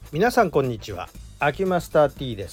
皆さんこんにちは。アキュマスター T です。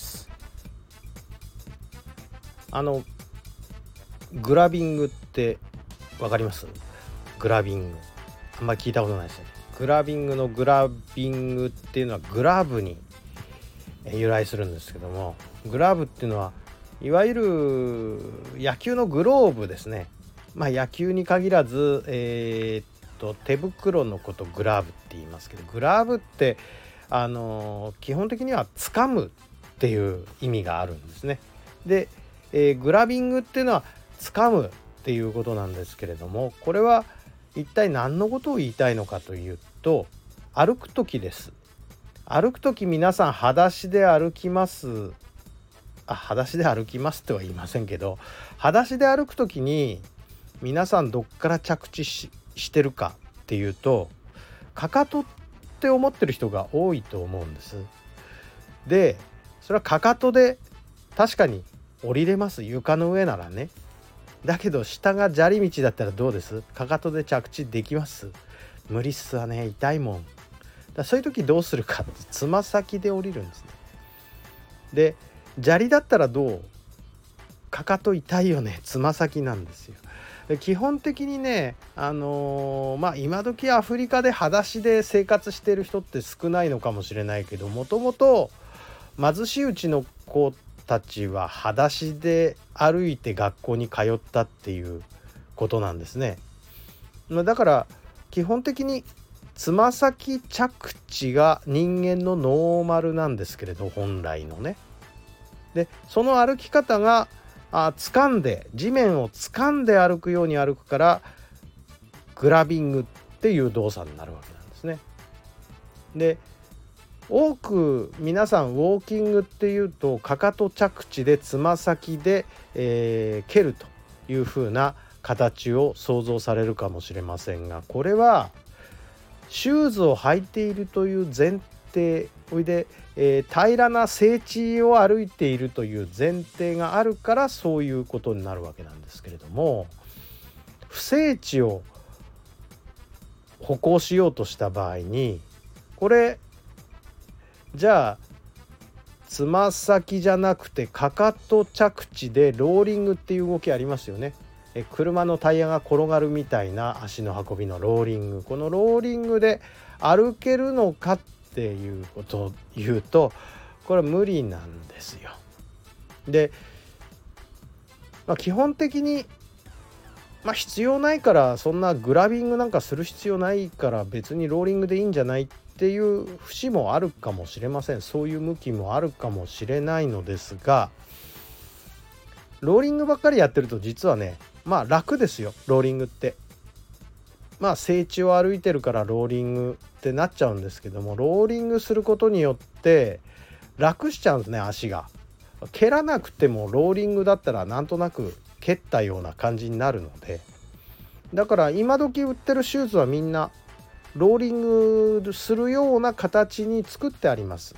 グラビングってわかります？グラビングあんまり聞いたことないですね。グラビングのグラビングっていうのはグラブに由来するんですけども、グラブっていうのはいわゆる野球のグローブですね。野球に限らず、手袋のことグラブって言いますけど、グラブって基本的には掴むっていう意味があるんですね。で、グラビングっていうのは掴むっていうことなんですけれども、これは一体何のことを言いたいのかというと、歩く時です。歩く時皆さん裸足で歩きます。裸足で歩きますとは言いませんけど、裸足で歩く時に皆さんどっから着地してるかっていうと、かかとって思ってる人が多いと思うんです。で、それはかかとで確かに降りれます。床の上ならね。だけど下が砂利道だったらどうです？かかとで着地できます？無理っすわね。痛いもん。そういう時どうするかって、つま先で降りるんですね。で、砂利だったらどう？かかと痛いよね。つま先なんですよ。で、基本的にね、今時アフリカで裸足で生活している人って少ないのかもしれないけど、もともと貧しいうちの子たちは裸足で歩いて学校に通ったっていうことなんですね。だから基本的につま先着地が人間のノーマルなんですけれど、本来のね。で、その歩き方が掴んで、地面を掴んで歩くように歩くからグラビングっていう動作になるわけなんですね。で、多く皆さんウォーキングっていうとかかと着地でつま先で、蹴るという風な形を想像されるかもしれませんが、これはシューズを履いているという前提、おいで、平らな整地を歩いているという前提があるからそういうことになるわけなんですけれども、不整地を歩行しようとした場合に、これじゃあつま先じゃなくてかかと着地でローリングっていう動きありますよね。車のタイヤが転がるみたいな足の運びのローリング、このローリングで歩けるのかっていうことを言うと、これは無理なんですよ。で、基本的に必要ないから、そんなグラビングなんかする必要ないから別にローリングでいいんじゃないっていう節もあるかもしれません。そういう向きもあるかもしれないのですが、ローリングばっかりやってると実はね、楽ですよ、ローリングって。整地を歩いてるからローリングってなっちゃうんですけども、ローリングすることによって楽しちゃうんですね、足が。蹴らなくてもローリングだったらなんとなく蹴ったような感じになるので、だから今時売ってるシューズはみんなローリングするような形に作ってあります。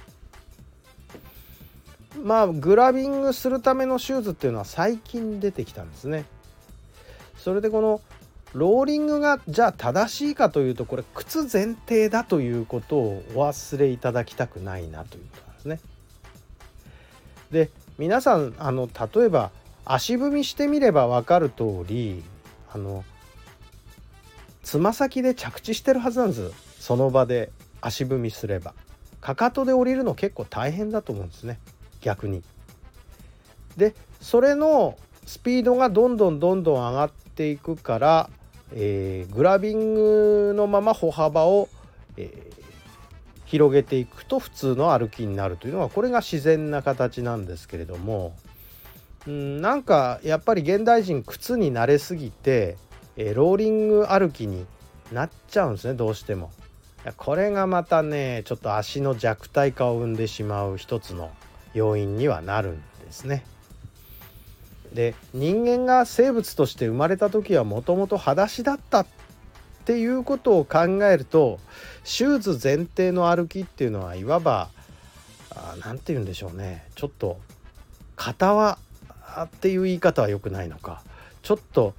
グラビングするためのシューズっていうのは最近出てきたんですね。それでこのローリングがじゃあ正しいかというと、これ靴前提だということをお忘れいただきたくないなということなんですね。で、皆さん例えば足踏みしてみれば分かる通り、つま先で着地してるはずなんです。その場で足踏みすれば。かかとで降りるの結構大変だと思うんですね、逆に。で、それのスピードがどんどん上がっていくから、グラビングのまま歩幅を、広げていくと普通の歩きになるというのが、これが自然な形なんですけれども、なんかやっぱり現代人靴に慣れすぎて、ローリング歩きになっちゃうんですね、どうしても。これがまたね、ちょっと足の弱体化を生んでしまう一つの要因にはなるんですね。で、人間が生物として生まれた時はもともと裸足だったっていうことを考えると、シューズ前提の歩きっていうのはいわばなんて言うんでしょうね、ちょっと型はっていう言い方は良くないのか、ちょっと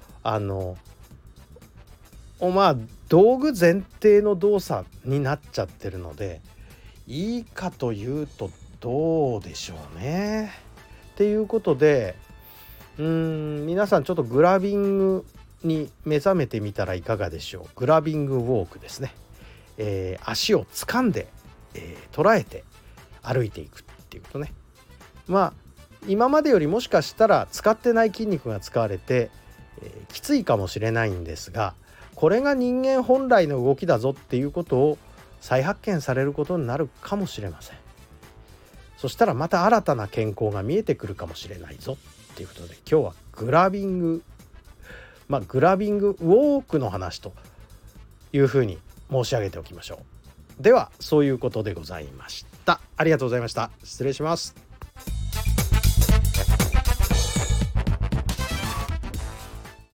道具前提の動作になっちゃってるので、 いいかというとどうでしょうね。っていうことで皆さんちょっとグラビングに目覚めてみたらいかがでしょう。グラビングウォークですね。足を掴んで、捉えて歩いていくっていうことね。今までよりもしかしたら使ってない筋肉が使われて、きついかもしれないんですが、これが人間本来の動きだぞっていうことを再発見されることになるかもしれません。そしたらまた新たな健康が見えてくるかもしれないぞっていうことで、今日はグラビングウォークの話というふうに申し上げておきましょう。ではそういうことでございました。ありがとうございました。失礼します。